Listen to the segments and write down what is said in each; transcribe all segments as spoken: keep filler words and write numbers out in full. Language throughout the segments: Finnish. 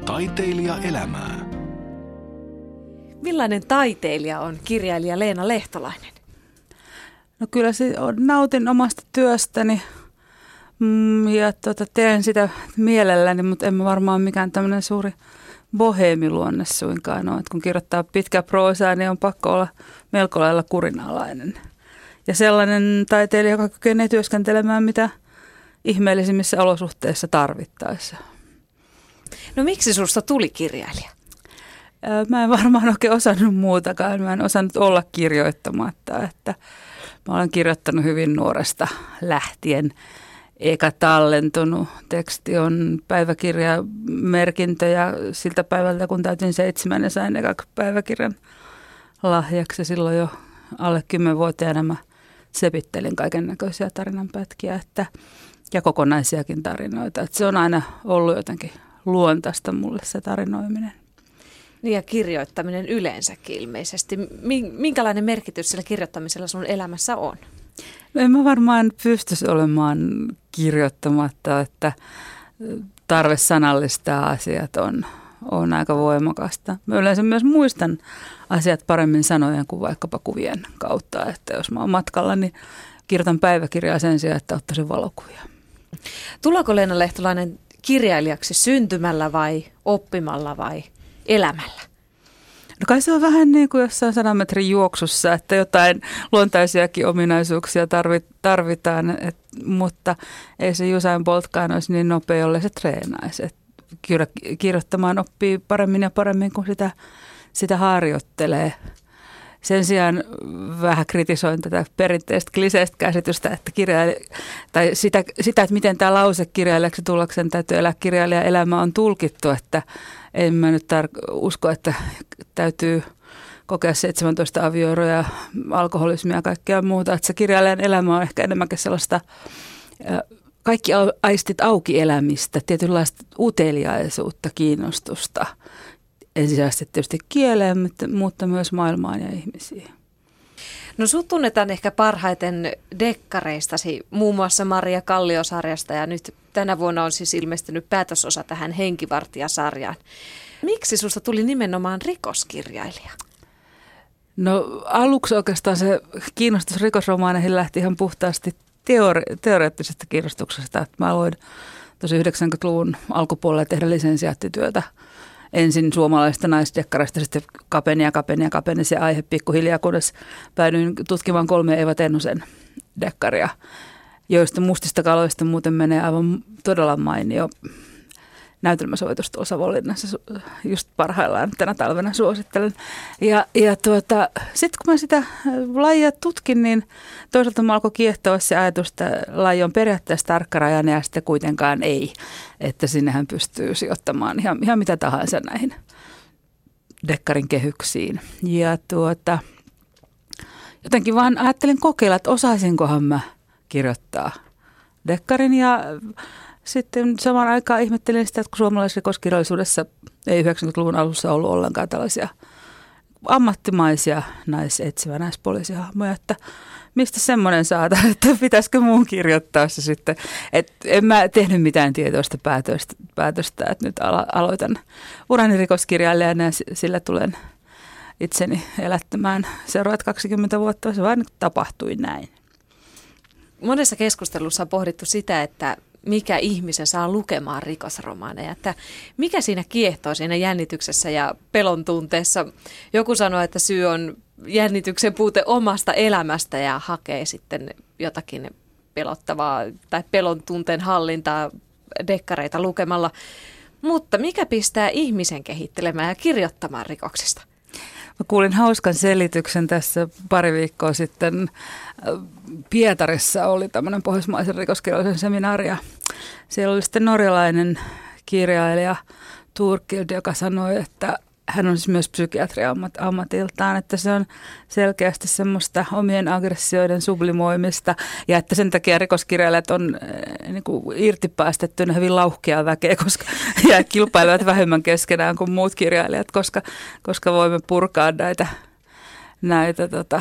Taiteilija elämää. Millainen taiteilija on kirjailija Leena Lehtolainen? No kyllä se on, nautin omasta työstäni mm, ja tuota, teen sitä mielelläni, mutta en mä varmaan mikään tämmöinen suuri boheemiluonne suinkaan ole. Kun kirjoittaa pitkää proosaa, niin on pakko olla melko lailla kurinalainen. Ja sellainen taiteilija, joka kykenee työskentelemään mitä ihmeellisimmissä olosuhteissa tarvittaessa. No miksi susta tuli kirjailija? Mä en varmaan oikein osannut muutakaan. Mä en osannut olla kirjoittamatta. Että mä olen kirjoittanut hyvin nuoresta lähtien. Eikä tallentunut. Teksti on päiväkirjamerkintö ja siltä päivältä, kun täytin seitsemän ja sain ekaksi päiväkirjan lahjaksi. Silloin jo alle kymmenvuotiaana mä sepittelin kaiken näköisiä tarinanpätkiä että, ja kokonaisiakin tarinoita. Että se on aina ollut jotenkin luontaista mulle se tarinoiminen. Niin ja kirjoittaminen yleensäkin ilmeisesti. Minkälainen merkitys sillä kirjoittamisella sun elämässä on? No en mä varmaan pystyisi olemaan kirjoittamatta, että tarve sanallistaa asiat on, on aika voimakasta. Mä yleensä myös muistan asiat paremmin sanojen kuin vaikkapa kuvien kautta. Että jos mä oon matkalla, niin kirjoitan päiväkirjaa sen sijaan, että ottaisin valokuvia. Tuleeko Leena Lehtolainen kirjailijaksi syntymällä vai oppimalla vai elämällä? No kai se on vähän niin kuin jossain sadan metrin juoksussa, että jotain luontaisiakin ominaisuuksia tarvitaan, et, mutta ei se Usain Boltkaan olisi niin nopea, jolle se treenaisi. Et kirjoittamaan oppii paremmin ja paremmin, kun sitä, sitä harjoittelee. Sen sijaan vähän kritisoin tätä perinteistä kliseistä käsitystä, että kirjailija, tai sitä, sitä, että miten tämä lause kirjailijaksi tullakseen täytyy elää kirjailija elämä on tulkittu, että en mä nyt tar- usko, että täytyy kokea seitsemäntoista avioeroja, alkoholismia ja kaikkea muuta. Että se kirjailijan elämä on ehkä enemmänkin sellaista kaikki aistit auki elämistä, tietynlaista uteliaisuutta, kiinnostusta. Ensisijaisesti tietysti kieleen, mutta myös maailmaan ja ihmisiin. No sut tunnetaan ehkä parhaiten dekkareistasi, muun muassa Maria Kallio-sarjasta ja nyt tänä vuonna on siis ilmestynyt päätösosa tähän Henkivartija-sarjaan. Miksi susta tuli nimenomaan rikoskirjailija? No aluksi oikeastaan se kiinnostus rikosromaaneihin lähti ihan puhtaasti teori- teoreettisesta kiinnostuksesta. Mä aloin tosi yhdeksänkymmentäluvun alkupuolella tehdä lisensiaattityötä. Ensin suomalaisista naisdekkareista, sitten kapeni ja kapeni ja kapeni se aihe pikkuhiljaa, kunnes päädyin tutkimaan kolme Eeva Tennosen dekkaria, joista Mustista kaloista muuten menee aivan todella mainio näytelmäsoitus tuolla Savonlinnassa just parhaillaan tänä talvena suosittelen. Ja, ja tuota, sitten kun mä sitä lajia tutkin, niin toisaalta mä alkoi kiehtoa se ajatus, että laji on periaatteessa tarkkarajainen ja sitten kuitenkaan ei. Että sinnehän pystyy sijoittamaan ihan, ihan mitä tahansa näihin dekkarin kehyksiin. Ja tuota, jotenkin vaan ajattelin kokeilla, että osaisinkohan mä kirjoittaa dekkarin ja sitten samaan aikaan ihmettelin sitä, että kun suomalaisessa rikoskirjallisuudessa ei yhdeksänkymmentäluvun alussa ollut ollenkaan tällaisia ammattimaisia naisetsivä naispoliisihahmoja, että mistä semmoinen saada, että pitäisikö muun kirjoittaa se sitten. Et en mä tehnyt mitään tietoista päätöstä, päätöstä että nyt alo- aloitan urani rikoskirjailijana ja sillä tulen itseni elättämään seuraavat kaksikymmentä vuotta. Se vain tapahtui näin. Monessa keskustelussa on pohdittu sitä, että mikä ihmisen saa lukemaan rikosromaaneja, että mikä siinä kiehtoo siinä jännityksessä ja pelon tunteessa. Joku sanoo, että syy on jännityksen puute omasta elämästä ja hakee sitten jotakin pelottavaa tai pelon tunteen hallintaa dekkareita lukemalla. Mutta mikä pistää ihmisen kehittelemään ja kirjoittamaan rikoksista? Mä kuulin hauskan selityksen tässä pari viikkoa sitten. Pietarissa oli tämmöinen pohjoismaisen rikoskirjallisen seminaari ja siellä oli sitten norjalainen kirjailija Turkild, joka sanoi, että hän on siis myös psykiatri ammatiltaan, että se on selkeästi semmoista omien aggressioiden sublimoimista ja että sen takia rikoskirjailijat on niin kuin irtipäästettynä hyvin lauhkeaa väkeä, koska ja kilpailevat vähemmän keskenään kuin muut kirjailijat, koska, koska voimme purkaa näitä, näitä tota,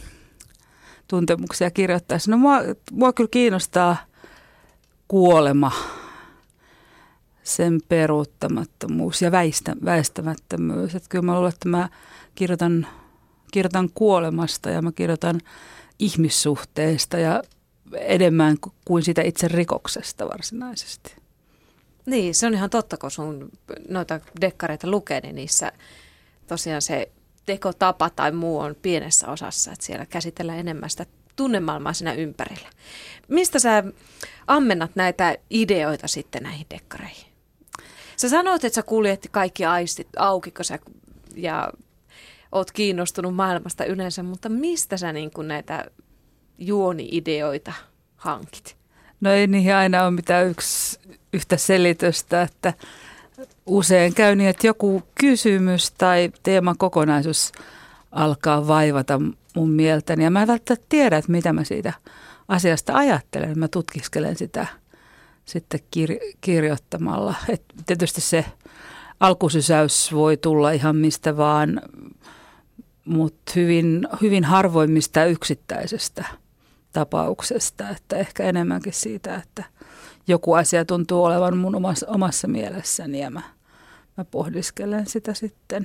tuntemuksia kirjoittaessa. No mua, mua kyllä kiinnostaa kuolema. sen peruuttamattomuus ja väistä, väistämättömyys. Että kyllä mä luulen, että mä kirjoitan, kirjoitan kuolemasta ja mä kirjoitan ihmissuhteista ja enemmän kuin sitä itse rikoksesta varsinaisesti. Niin, se on ihan totta, kun sun noita dekkareita lukee, niin niissä tosiaan se tekotapa tai muu on pienessä osassa, että siellä käsitellään enemmän sitä tunnemaailmaa siinä ympärillä. Mistä sä ammennat näitä ideoita sitten näihin dekkareihin? Sä sanoit, että sä kuljetti kaikki aistit auki, kun sä ja oot kiinnostunut maailmasta yleensä, mutta mistä sä niin kuin näitä juoni-ideoita hankit? No ei niihin aina ole mitään yksi, yhtä selitystä, että usein käy niin, että joku kysymys tai teemakokonaisuus alkaa vaivata mun mieltäni. Ja mä en välttämättä tiedä, että mitä mä siitä asiasta ajattelen. Mä tutkiskelen sitä sitten kir- kirjoittamalla. Et tietysti se alkusysäys voi tulla ihan mistä vaan, mutta hyvin, hyvin harvoin mistä yksittäisestä tapauksesta. Että ehkä enemmänkin siitä, että joku asia tuntuu olevan mun omassa, omassa mielessäni ja mä, mä pohdiskelen sitä sitten.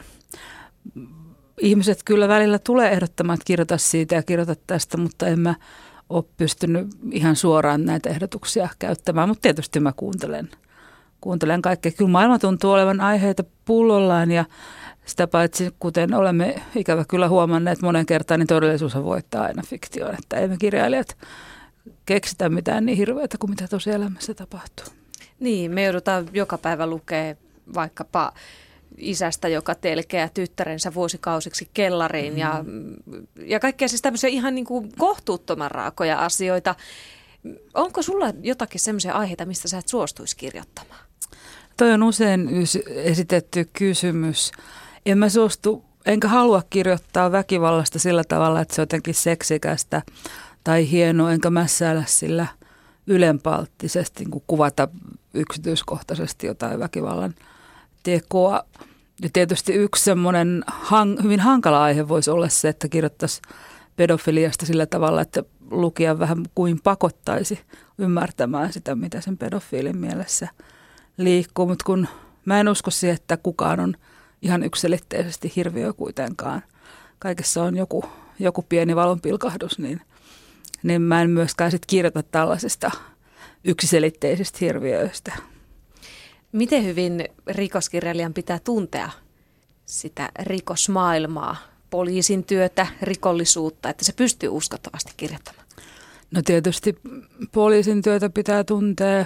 Ihmiset kyllä välillä tulee ehdottamaan, että kirjoita siitä ja kirjoita tästä, mutta en mä ole pystynyt ihan suoraan näitä ehdotuksia käyttämään. Mutta tietysti mä kuuntelen, kuuntelen kaikkea. Kyllä maailma tuntuu olevan aiheita pullollaan ja sitä paitsi, kuten olemme ikävä kyllä huomanneet monen kertaan, niin todellisuus voittaa aina fiktion. Että emme kirjailijat keksitä mitään niin hirveätä kuin mitä tosielämässä tapahtuu. Niin, me joudutaan joka päivä lukemaan vaikkapa isästä, joka telkeää tyttärensä vuosikausiksi kellariin mm. ja, ja kaikkea siis tämmöisiä ihan niin kuin kohtuuttoman raakoja asioita. Onko sulla jotakin semmoisia aiheita, mistä sä et suostuisi kirjoittamaan? Toi on usein esitetty kysymys. En mä suostu, enkä halua kirjoittaa väkivallasta sillä tavalla, että se on jotenkin seksikästä tai hienoa, enkä mässäillä sillä ylenpalttisesti niin kuvata yksityiskohtaisesti jotain väkivallan tekoa. Ja tietysti yksi semmoinen hang, hyvin hankala aihe voisi olla se, että kirjoittaisi pedofiliasta sillä tavalla, että lukija vähän kuin pakottaisi ymmärtämään sitä, mitä sen pedofiilin mielessä liikkuu. Mutta kun mä en usko siihen, että kukaan on ihan yksiselitteisesti hirviö kuitenkaan. Kaikessa on joku, joku pieni valonpilkahdus, niin, niin mä en myöskään sit kirjoita tällaisista yksiselitteisistä hirviöistä. Miten hyvin rikoskirjailijan pitää tuntea sitä rikosmaailmaa, poliisin työtä, rikollisuutta, että se pystyy uskottavasti kirjoittamaan? No tietysti poliisin työtä pitää tuntea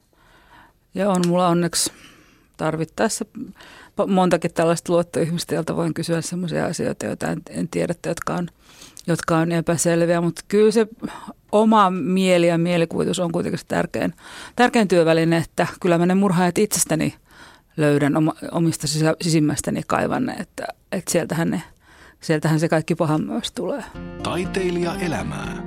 ja on mulla onneksi tarvittaessa montakin tällaista luottoihmistä, joilta voin kysyä sellaisia asioita, joita en, en tiedä, jotka on, jotka on epäselviä, mutta kyllä se oma mieli ja mielikuvitus on kuitenkin se tärkein, tärkein työväline, että kyllä mä ne murhaajat itsestäni löydän oma, omista sisä, sisimmästäni kaivan, että, että sieltähän, ne, sieltähän se kaikki paha myös tulee. Taiteilija elämää.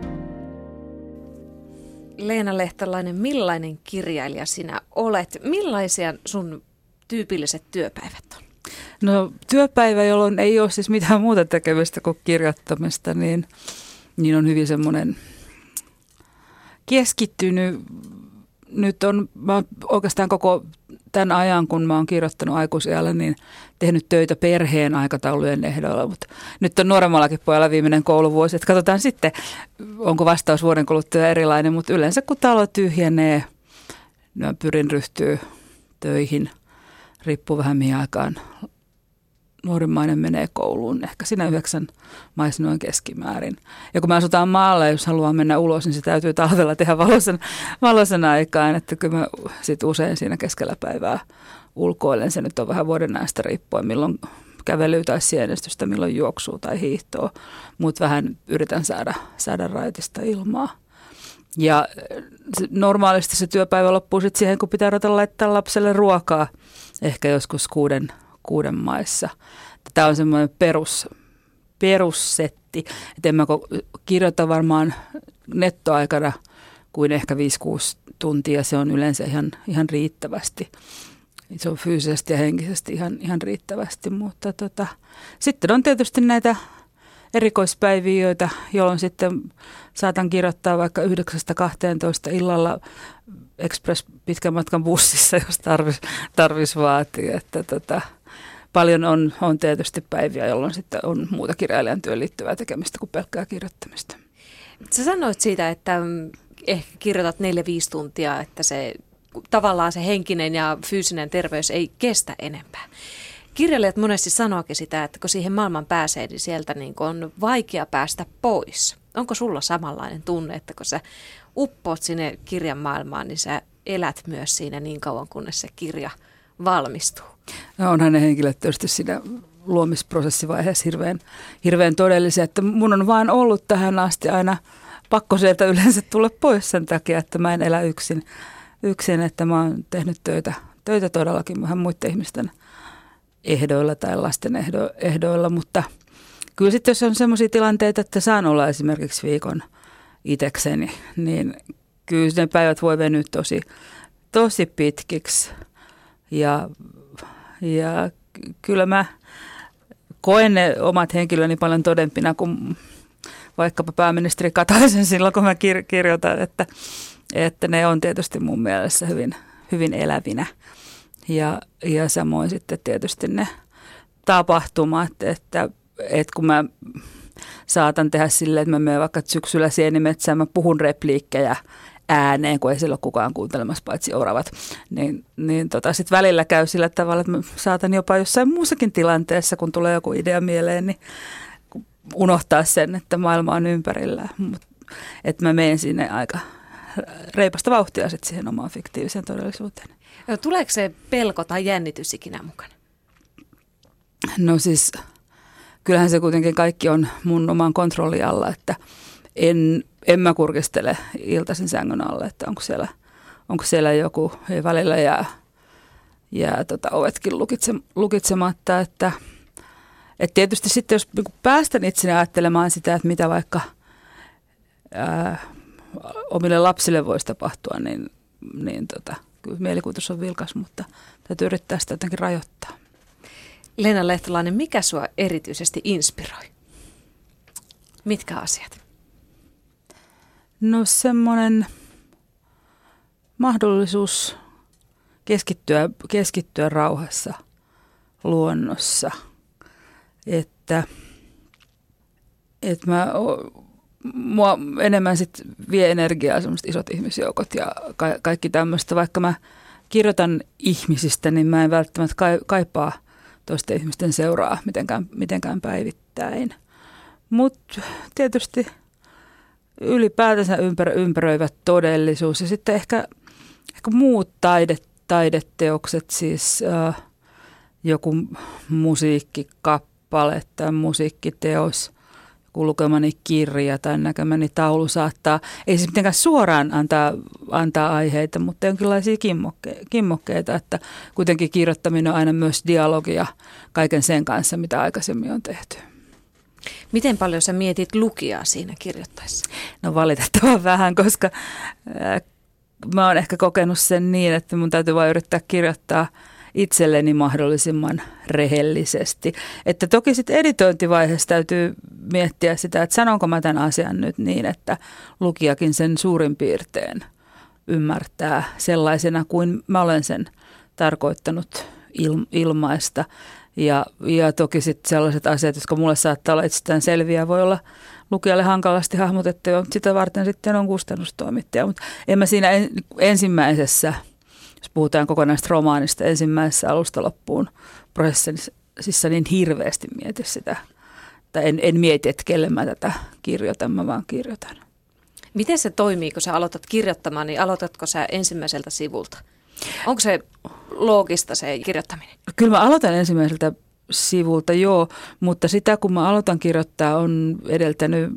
Leena Lehtalainen, millainen kirjailija sinä olet? Millaisia sun tyypilliset työpäivät on? No työpäivä, jolloin ei ole siis mitään muuta tekemistä kuin kirjoittamista, niin, niin on hyvin semmoinen keskittynyt. Nyt on mä oon oikeastaan koko tämän ajan, kun mä oon kirjoittanut aikuisiällä, niin tehnyt töitä perheen aikataulujen ehdoilla, mutta nyt on nuoremmallakin pojalla viimeinen kouluvuosi, että katsotaan sitten, onko vastaus vuoden kuluttua erilainen, mutta yleensä kun talo tyhjenee, niin mä pyrin ryhtyä töihin, riippuu vähän mihin aikaan nuorimmainen menee kouluun, ehkä siinä yhdeksän maissa noin keskimäärin. Ja kun me asutaan maalla, jos haluaa mennä ulos, niin se täytyy talvella tehdä valoisen, valoisen aikaan, että kyllä mä sit usein siinä keskellä päivää ulkoilen. Se nyt on vähän vuoden näistä riippuen, milloin kävelyä tai sienestystä, milloin juoksuu tai hiihtoa, mutta vähän yritän saada, saada raitista ilmaa. Ja normaalisti se työpäivä loppuu sitten siihen, kun pitää ruveta laittaa lapselle ruokaa, ehkä joskus kuuden, kuuden maissa. Tämä on semmoinen perus, perussetti, että en mä kirjoita varmaan nettoaikana kuin ehkä viisi kuusi tuntia, se on yleensä ihan, ihan riittävästi. Se on fyysisesti ja henkisesti ihan, ihan riittävästi, mutta tota, sitten on tietysti näitä erikoispäiviä, joita, jolloin sitten saatan kirjoittaa vaikka yhdeksästä kahteentoista illalla Express pitkän matkan bussissa, jos tarvis, tarvis vaatii. Että tota, paljon on, on tietysti päiviä, jolloin sitten on muuta kirjailijan työn liittyvää tekemistä kuin pelkkää kirjoittamista. Sä sanoit siitä, että ehkä kirjoitat neljä viisi tuntia, että se tavallaan se henkinen ja fyysinen terveys ei kestä enempää. Kirjailijat monesti sanoakin sitä, että kun siihen maailman pääsee, niin sieltä niin on vaikea päästä pois. Onko sulla samanlainen tunne, että kun sä uppoat sinne kirjan maailmaan, niin sä elät myös siinä niin kauan, kunnes se kirja valmistuu? No onhan ne henkilöt tietysti siinä luomisprosessivaiheessa hirveän, hirveän todellisia, että mun on vaan ollut tähän asti aina pakko sieltä yleensä tulla pois sen takia, että mä en elä yksin, yksin että mä oon tehnyt töitä, töitä todellakin vähän muiden ihmisten ehdoilla tai lasten ehdo, ehdoilla, mutta kyllä sitten jos on sellaisia tilanteita, että saan olla esimerkiksi viikon itsekseni, niin kyllä ne päivät voi venyä tosi, tosi pitkiksi ja, ja kyllä mä koen ne omat henkilöni paljon todempina kuin vaikkapa pääministeri Kataisen silloin, kun mä kir- kirjoitan, että, että ne on tietysti mun mielessä hyvin, hyvin elävinä. Ja, ja samoin sitten tietysti ne tapahtumat, että, että kun mä saatan tehdä silleen, että mä menen vaikka syksyllä sienimetsään, mä puhun repliikkejä ääneen, kun ei siellä ole kukaan kuuntelemassa paitsi oravat, niin, niin tota, sitten välillä käy sillä tavalla, että mä saatan jopa jossain muussakin tilanteessa, kun tulee joku idea mieleen, niin unohtaa sen, että maailma on ympärillä. Että mä menen sinne aika reipasta vauhtia sitten siihen omaan fiktiiviseen todellisuuteen. Tuleeko se pelko tai jännitys ikinä mukana? No siis kyllähän se kuitenkin kaikki on mun oman kontrolli alla, että en, en mä kurkistele iltaisin sängyn alle, että onko siellä, onko siellä joku, ei välillä jää, jää tota ovetkin lukitse, lukitsematta, että et tietysti sitten jos päästän itseni ajattelemaan sitä, että mitä vaikka ää, omille lapsille voisi tapahtua, niin, niin tota, kyllä mielikuvitus on vilkas, mutta täytyy yrittää sitä jotenkin rajoittaa. Leena Lehtolainen, mikä sua erityisesti inspiroi? Mitkä asiat? No semmoinen mahdollisuus keskittyä, keskittyä rauhassa luonnossa. Että, että mä, mua enemmän sit vie energiaa semmoiset isot ihmisjoukot ja ka- kaikki tämmöistä. Vaikka mä kirjoitan ihmisistä, niin mä en välttämättä kaipaa toisten ihmisten seuraa mitenkään, mitenkään päivittäin. Mutta tietysti ylipäätänsä ympärö, ympäröivä todellisuus ja sitten ehkä, ehkä muut taide, taideteokset, siis äh, joku musiikkikappale tai musiikkiteos, joku lukemani kirja tai näkemäni taulu saattaa, ei siis mitenkään suoraan antaa, antaa aiheita, mutta jonkinlaisia kimmokke, kimmokkeita, että kuitenkin kirjoittaminen on aina myös dialogia kaiken sen kanssa, mitä aikaisemmin on tehty. Miten paljon sä mietit lukijaa siinä kirjoittaessa? No valitettavan vähän, koska äh, mä oon ehkä kokenut sen niin, että mun täytyy vain yrittää kirjoittaa itselleni mahdollisimman rehellisesti. Että toki sitten editointivaiheessa täytyy miettiä sitä, että sanonko mä tämän asian nyt niin, että lukijakin sen suurin piirtein ymmärtää sellaisena kuin mä olen sen tarkoittanut il- ilmaista. Ja, ja toki sitten sellaiset asiat, jotka mulle saattaa olla itsestään selviä, voi olla lukijalle hankalasti hahmotettu, ja sitä varten sitten on kustannustoimittaja. Mutta en mä siinä en, ensimmäisessä, jos puhutaan kokonaisesta romaanista, ensimmäisessä alusta loppuun prosessissa niin hirveästi mieti sitä. Tai en, en mieti, että kelle mä tätä kirjoitan, mä vaan kirjoitan. Miten se toimii, kun sä aloitat kirjoittamaan, niin aloitatko sä ensimmäiseltä sivulta? Onko se loogista se kirjoittaminen? Kyllä mä aloitan ensimmäiseltä sivulta, joo, mutta sitä kun mä aloitan kirjoittaa on edeltänyt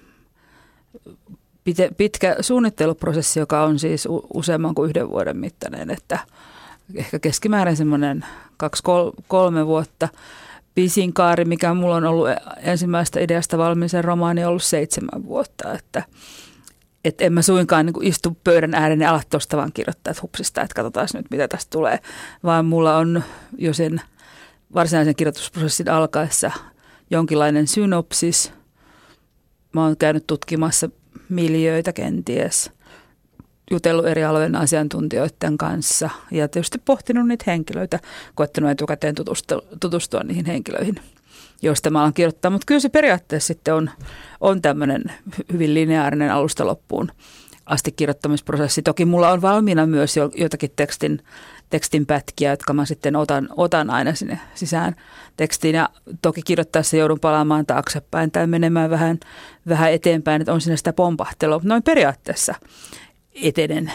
pitkä suunnitteluprosessi, joka on siis useamman kuin yhden vuoden mittainen, että ehkä keskimäärin semmoinen kaksi, kolme vuotta. Pisin kaari, mikä mulla on ollut ensimmäistä ideasta valmiisen romaani, on ollut seitsemän vuotta, että Että en mä suinkaan niin kuin istu pöydän ääreen ja ala tuosta vaan kirjoittaa, että hupsista, että katsotaan nyt mitä tästä tulee. Vaan mulla on jo sen varsinaisen kirjoitusprosessin alkaessa jonkinlainen synopsis. Mä oon käynyt tutkimassa miljöitä kenties. jutellut eri alueen asiantuntijoiden kanssa ja tietysti pohtinut niitä henkilöitä, koettanut etukäteen tutustua, tutustua niihin henkilöihin, joista mä alan kirjoittaa. Mutta kyllä se periaatteessa sitten on, on tämmöinen hyvin lineaarinen alusta loppuun asti kirjoittamisprosessi. Toki mulla on valmiina myös jo, jotakin tekstin, tekstin pätkiä, jotka mä sitten otan, otan aina sinne sisään tekstiin. Ja toki kirjoittaessa joudun palaamaan taaksepäin tai menemään vähän, vähän eteenpäin, että on siinä sitä pompahtelua. Noin periaatteessa etenen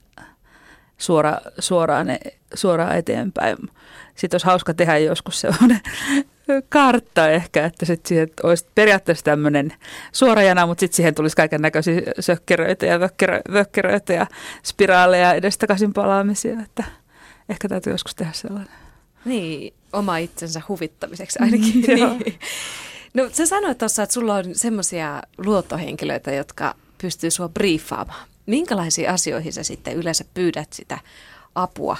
suora, suoraan, suoraan eteenpäin. Sitten olisi hauska tehdä joskus sellainen kartta ehkä, että sitten siihen olisi periaatteessa tämmöinen suorajana, mutta sitten siihen tulisi kaiken näköisiä sökkeröitä ja vökkeröitä ja spiraaleja edestakaisin palaamisia, että ehkä täytyy joskus tehdä sellainen. Niin, oma itsensä huvittamiseksi ainakin. Mm, niin. No sä sanoit tuossa, että sulla on semmoisia luottohenkilöitä, jotka pystyy sua briefaamaan. Minkälaisiin asioihin sä sitten yleensä pyydät sitä apua?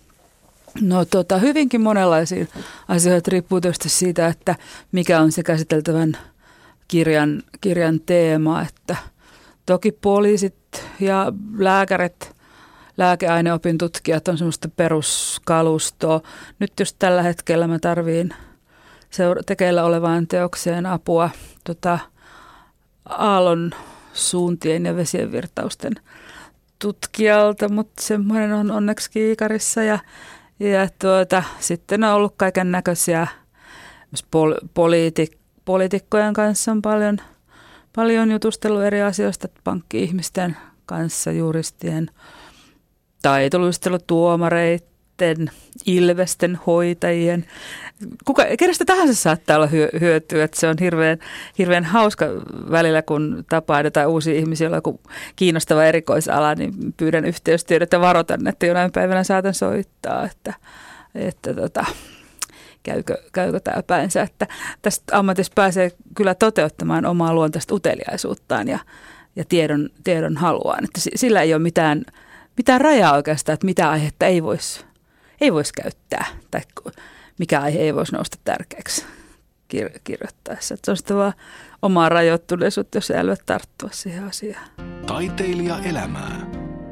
No tota, hyvinkin monenlaisiin asioihin, riippuu tietysti siitä, että mikä on se käsiteltävän kirjan, kirjan teema. Että toki poliisit ja lääkärit, lääkeaineopin tutkijat on semmoista peruskalustoa. Nyt just tällä hetkellä mä tarviin seura- tekeillä olevaan teokseen apua tota, aallon suuntien ja vesien virtausten tutkijalta, mutta semmoinen on onneksi kiikarissa ja Ja tuota, sitten on ollut kaiken näköisiä pol- poliitik- poliitikkojen kanssa on paljon, paljon jutustellut eri asioista, pankki-ihmisten kanssa, juristien, taitoluistellut tuomareiden, ilvesten, hoitajien. Kuka, kenestä tahansa saattaa olla hyö- hyötyä, että se on hirveän, hirveän hauska välillä, kun tapaa jotain uusia ihmisiä, joilla on joku kiinnostava erikoisala, niin pyydän yhteystiedot ja varoitan, että jonain päivänä saatan soittaa, että, että tota, käykö, käykö tämä päinsä. Että tästä ammatissa pääsee kyllä toteuttamaan omaa luontaista uteliaisuuttaan ja, ja tiedon, tiedon haluaan. Että sillä ei ole mitään, mitään rajaa oikeastaan, että mitä aihetta ei voisi ei vois käyttää tai mikä aihe ei voisi nousta tärkeäksi kir- kirjoittaessa. Että se on sitten vaan omaa rajoittuneisuutta, jos ei älyä tarttua siihen asiaan. Taiteilija elämää.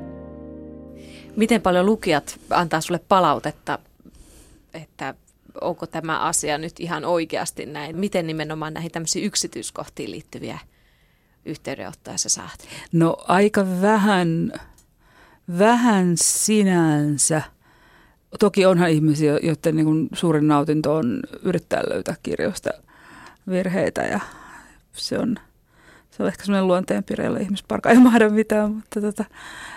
Miten paljon lukijat antaa sulle palautetta, että onko tämä asia nyt ihan oikeasti näin? Miten nimenomaan näihin tämmöisiin yksityiskohtiin liittyviä yhteydenottoja sä saat? No aika vähän, vähän sinänsä. Toki onhan ihmisiä, joiden niin kuin suurin nautinto on yrittää löytää kirjoista virheitä ja se on, se on ehkä sellainen luonteenpiirre, jolla ihmisparka ei mahda mitään, mutta tota,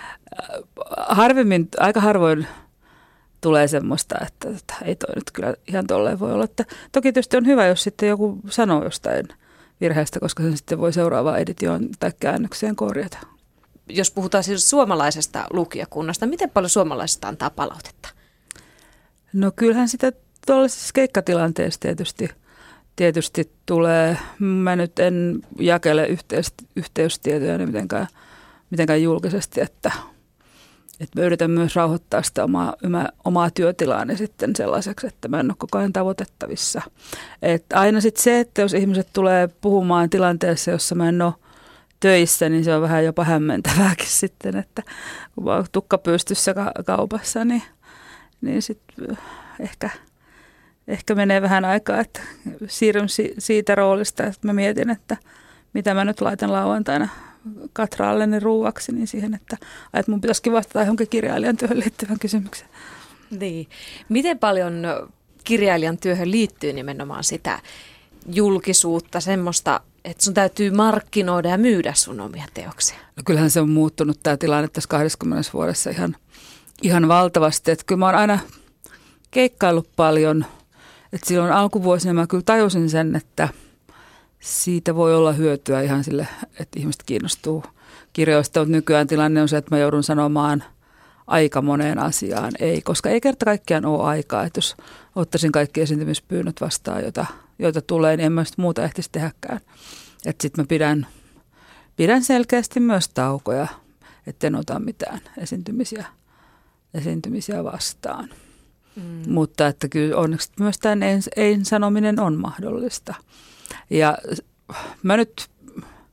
harvemmin, aika harvoin tulee semmoista, että tota, ei toi nyt kyllä ihan tolleen voi olla. Että toki tietysti on hyvä, jos sitten joku sanoo jostain virheestä, koska sen sitten voi seuraavaan editioon tai käännökseen korjata. Jos puhutaan siis suomalaisesta lukijakunnasta, miten paljon suomalaisista antaa palautetta? No kyllähän sitä tuollaisessa keikkatilanteessa tietysti, tietysti tulee. Mä nyt en jakele yhteys, yhteystietoja mitenkään, mitenkään julkisesti, että, että mä yritän myös rauhoittaa sitä omaa, omaa työtilaani sitten sellaiseksi, että mä en ole koko ajan tavoitettavissa. Että aina sitten se, että jos ihmiset tulee puhumaan tilanteessa, jossa mä en ole töissä, niin se on vähän jopa hämmentävääkin sitten, että kun mä oon tukka pystyssä ka- kaupassa, niin niin sitten ehkä, ehkä menee vähän aikaa, että siirryn si- siitä roolista, että mä mietin, että mitä mä nyt laitan lauantaina Katraalleni ruuaksi, niin siihen, että, että mun pitäisikin vastata johonkin kirjailijan työhön liittyvän kysymykseen. Niin. Miten paljon kirjailijan työhön liittyy nimenomaan sitä julkisuutta, semmoista, että sun täytyy markkinoida ja myydä sun omia teoksia? No kyllähän se on muuttunut tämä tilanne tässä kaksikymmentä vuodessa ihan Ihan valtavasti, että kyllä mä oon aina keikkaillut paljon, että silloin alkuvuosina mä kyllä tajusin sen, että siitä voi olla hyötyä ihan sille, että ihmiset kiinnostuu kirjoista, mutta nykyään tilanne on se, että mä joudun sanomaan aika moneen asiaan ei, koska ei kerta kaikkiaan ole aikaa, että jos ottaisin kaikki esiintymispyynnöt vastaan, joita, joita tulee, niin en mä sitä muuta ehtisi tehdäkään. Että sitten mä pidän, pidän selkeästi myös taukoja, etten ota mitään esiintymisiä. esiintymisiä vastaan. Mm. Mutta että kyllä onneksi myös tämän ei sanominen on mahdollista. Ja mä nyt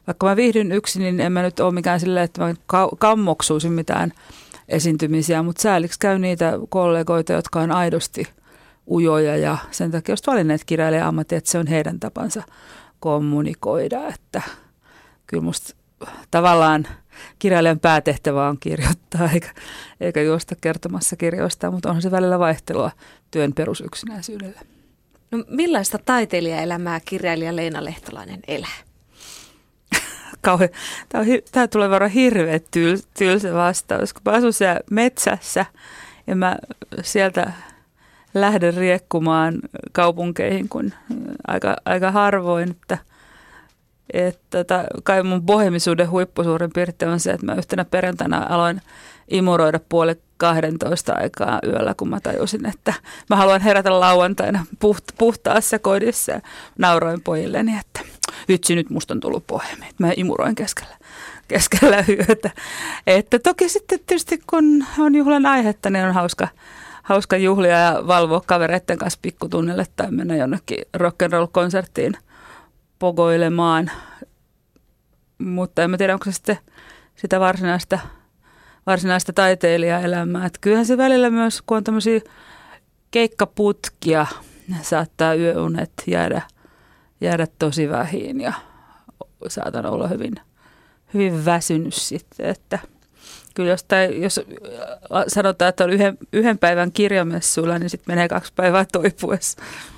vaikka mä viihdyn yksin, niin en mä nyt ole mikään silleen, että mä kammoksuisin mitään esiintymisiä, mutta sääliksi käy niitä kollegoita, jotka on aidosti ujoja ja sen takia just valinneet kirjailijan ammatin, että se on heidän tapansa kommunikoida, että kyllä musta tavallaan kirjailijan päätehtävä on kirjoittaa eikä, eikä juosta kertomassa kirjoista, mutta onhan se välillä vaihtelua työn perusyksinäisyydelle. No millaista taiteilijaelämää kirjailija Leena Lehtolainen elää? Kauhe, tämä, on, tämä tulee varmaan hirveä tyl, tylsä vastaus, kun mä asun siellä metsässä ja mä sieltä lähden riekkumaan kaupunkeihin kun aika, aika harvoin, että Että tota, kai mun bohemisuuden huippusuurin piirte on se, että mä yhtenä perjantaina aloin imuroida puoli kahdentoista aikaa yöllä, kun mä tajusin, että mä haluan herätä lauantaina puht, puhtaassa kodissa. Ja nauroin pojilleni, että vitsi, nyt musta on tullut bohemi. Mä imuroin keskellä, keskellä yötä. Että toki sitten tietysti kun on juhlan aihetta, niin on hauska, hauska juhlia ja valvoa kavereiden kanssa pikkutunnelle tai mennä jonnekin rock'n'roll-konserttiin pogoilemaan, mutta en mä tiedä, onko se sitten sitä varsinaista, varsinaista taiteilijaelämää. Että kyllähän se välillä myös, kun on tämmöisiä keikkaputkia, saattaa yöunet jäädä, jäädä tosi vähin ja saatan olla hyvin, hyvin väsynyt sitten. Että kyllä jostain, jos sanotaan, että on yhden, yhden päivän kirjamessuilla, niin sitten menee kaksi päivää toipuessa.